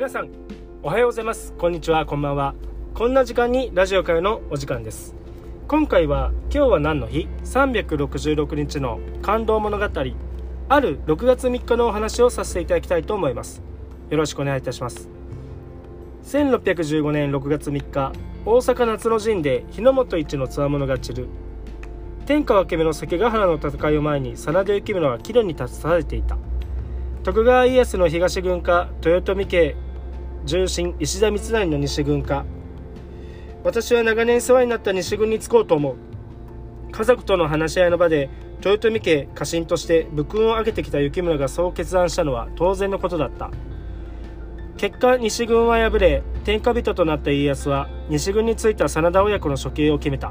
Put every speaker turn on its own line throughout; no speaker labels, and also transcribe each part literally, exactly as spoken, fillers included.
皆さんおはようございます、こんにちは、こんばんは。こんな時間にラジオ会のお時間です。今回は今日は何の日さんびゃくろくじゅうろくにちの感動物語、あるろくがつみっかのお話をさせていただきたいと思います。よろしくお願いいたします。せんろっぴゃくじゅうごねんろくがつみっか、大阪夏の陣で日の本一の強者が散る。天下分け目の関ヶ原の戦いを前に真田幸村は岐路に立たされていた。徳川家康の東軍か、豊臣家重臣石田三成の西軍か。私は長年世話になった西軍につこうと思う。家族との話し合いの場で豊臣家家臣として武勲を挙げてきた幸村がそう決断したのは当然のことだった。結果西軍は敗れ、天下人となった家康は西軍についた真田親子の処刑を決めた。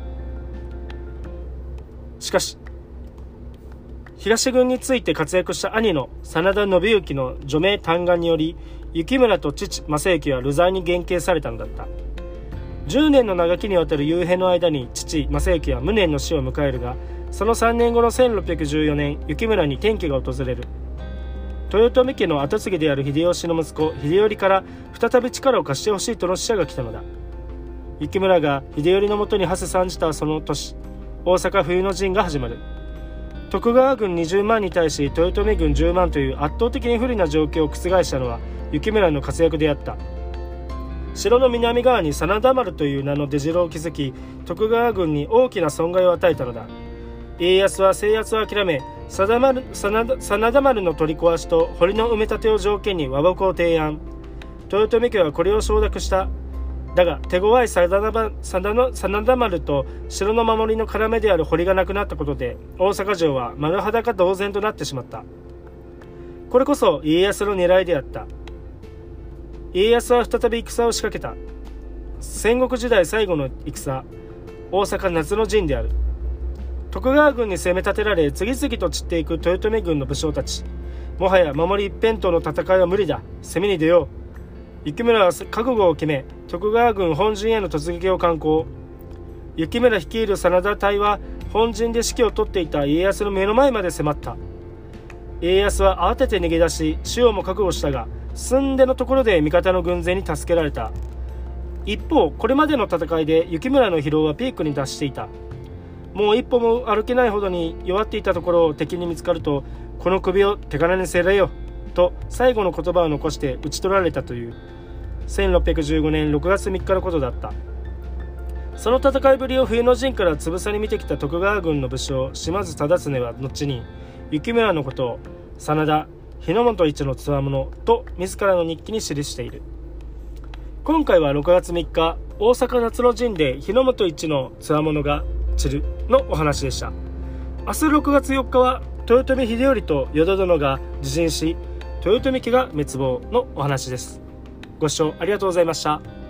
しかし東軍について活躍した兄の真田信行の除名嘆願により、幸村と父正行は流罪に減刑されたのだった。じゅうねんの長きにわたる幽閉の間に父正行は無念の死を迎えるが、そのさんねんごのせんろっぴゃくじゅうよねん、幸村に転機が訪れる。豊臣家の跡継ぎである秀吉の息子秀頼から再び力を貸してほしいとの使者が来たのだ。幸村が秀頼のもとに馳せ参じたその年、大阪冬の陣が始まる。徳川軍にじゅうまんに対し豊臣軍じゅうまんという圧倒的に不利な状況を覆したのは幸村の活躍であった。城の南側に真田丸という名の出城を築き、徳川軍に大きな損害を与えたのだ。家康は制圧を諦め、真田丸、真田丸の取り壊しと堀の埋め立てを条件に和睦を提案。豊臣家はこれを承諾した。だが手強い真田丸と城の守りの要である堀がなくなったことで、大阪城は丸裸同然となってしまった。これこそ家康の狙いであった。家康は再び戦を仕掛けた。戦国時代最後の戦、大阪夏の陣である。徳川軍に攻め立てられ次々と散っていく豊臣軍の武将たち。もはや守り一辺倒の戦いは無理だ、攻めに出よう。幸村は覚悟を決め、徳川軍本陣への突撃を敢行。幸村率いる真田隊は本陣で指揮を執っていた家康の目の前まで迫った。家康は慌てて逃げ出し、死をも覚悟したが、寸出のところで味方の軍勢に助けられた。一方、これまでの戦いで幸村の疲労はピークに達していた。もう一歩も歩けないほどに弱っていたところを敵に見つかると、この首を手柄にせられよと最後の言葉を残して討ち取られたというせんろっぴゃくじゅうごねんろくがつみっかのことだった。その戦いぶりを冬の陣からつぶさに見てきた徳川軍の武将島津忠常は後に幸村のことを真田日の本一の強者と自らの日記に記している。今回はろくがつみっか、大阪夏の陣で日の本一の強者が散るのお話でした。明日ろくがつよっかは豊臣秀頼と淀殿が自陣し、豊臣家が滅亡のお話です。ご視聴ありがとうございました。